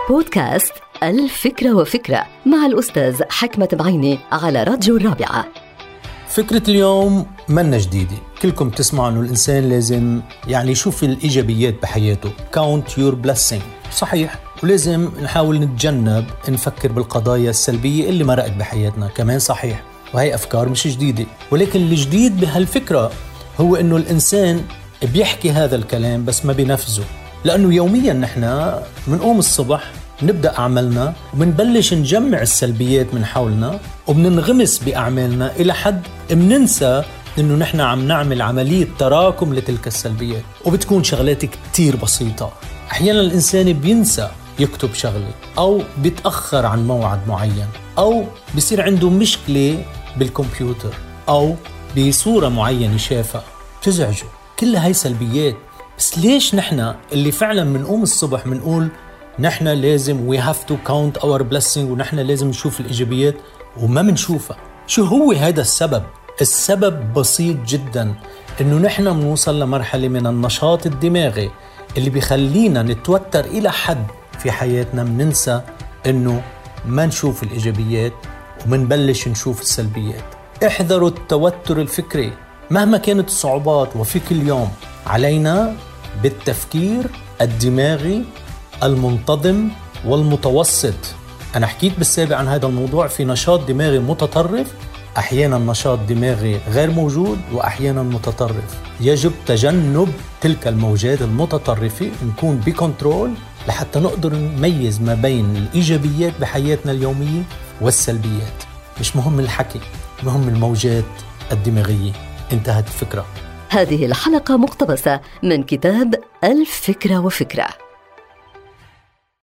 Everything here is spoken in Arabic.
بودكاست الفكرة وفكرة مع الأستاذ حكمة بعيني على راديو الرابعة. فكرة اليوم منا جديدة، كلكم تسمعوا أنه الإنسان لازم يشوف الإيجابيات بحياته. Count your blessing، صحيح، ولازم نحاول نتجنب نفكر بالقضايا السلبية اللي مرقت بحياتنا، كمان صحيح، وهي أفكار مش جديدة. ولكن الجديد بهالفكرة هو أنه الإنسان بيحكي هذا الكلام بس ما بينفذه، لأنه يوميا نحن منقوم الصبح نبدأ أعمالنا وبنبلش نجمع السلبيات من حولنا وبننغمس بأعمالنا إلى حد مننسى إنه نحن عم نعمل عملية تراكم لتلك السلبيات، وبتكون شغلات كتير بسيطة. أحيانا الإنسان بينسى يكتب شغلة، أو بيتأخر عن موعد معين، أو بيصير عنده مشكلة بالكمبيوتر، أو بصورة معينة شافها تزعجه. كل هاي سلبيات. بس ليش نحن اللي فعلا منقوم الصبح منقول نحن لازم we have to count our blessing ونحن لازم نشوف الإيجابيات وما منشوفها؟ شو هو هذا السبب؟ السبب بسيط جدا، إنه نحن منوصل لمرحلة من النشاط الدماغي اللي بيخلينا نتوتر إلى حد في حياتنا مننسى إنه ما نشوف الإيجابيات ومنبلش نشوف السلبيات. احذروا التوتر الفكري مهما كانت الصعوبات، وفي كل يوم علينا بالتفكير الدماغي المنتظم والمتوسط. أنا حكيت بالسابق عن هذا الموضوع في نشاط دماغي متطرف، أحيانا نشاط دماغي غير موجود، وأحيانا متطرف. يجب تجنب تلك الموجات المتطرفة، نكون بكنترول لحتى نقدر نميز ما بين الإيجابيات بحياتنا اليومية والسلبيات. مش مهم الحكي، مهم الموجات الدماغية. انتهت الفكرة. هذه الحلقة مقتبسة من كتاب الفكرة وفكرة.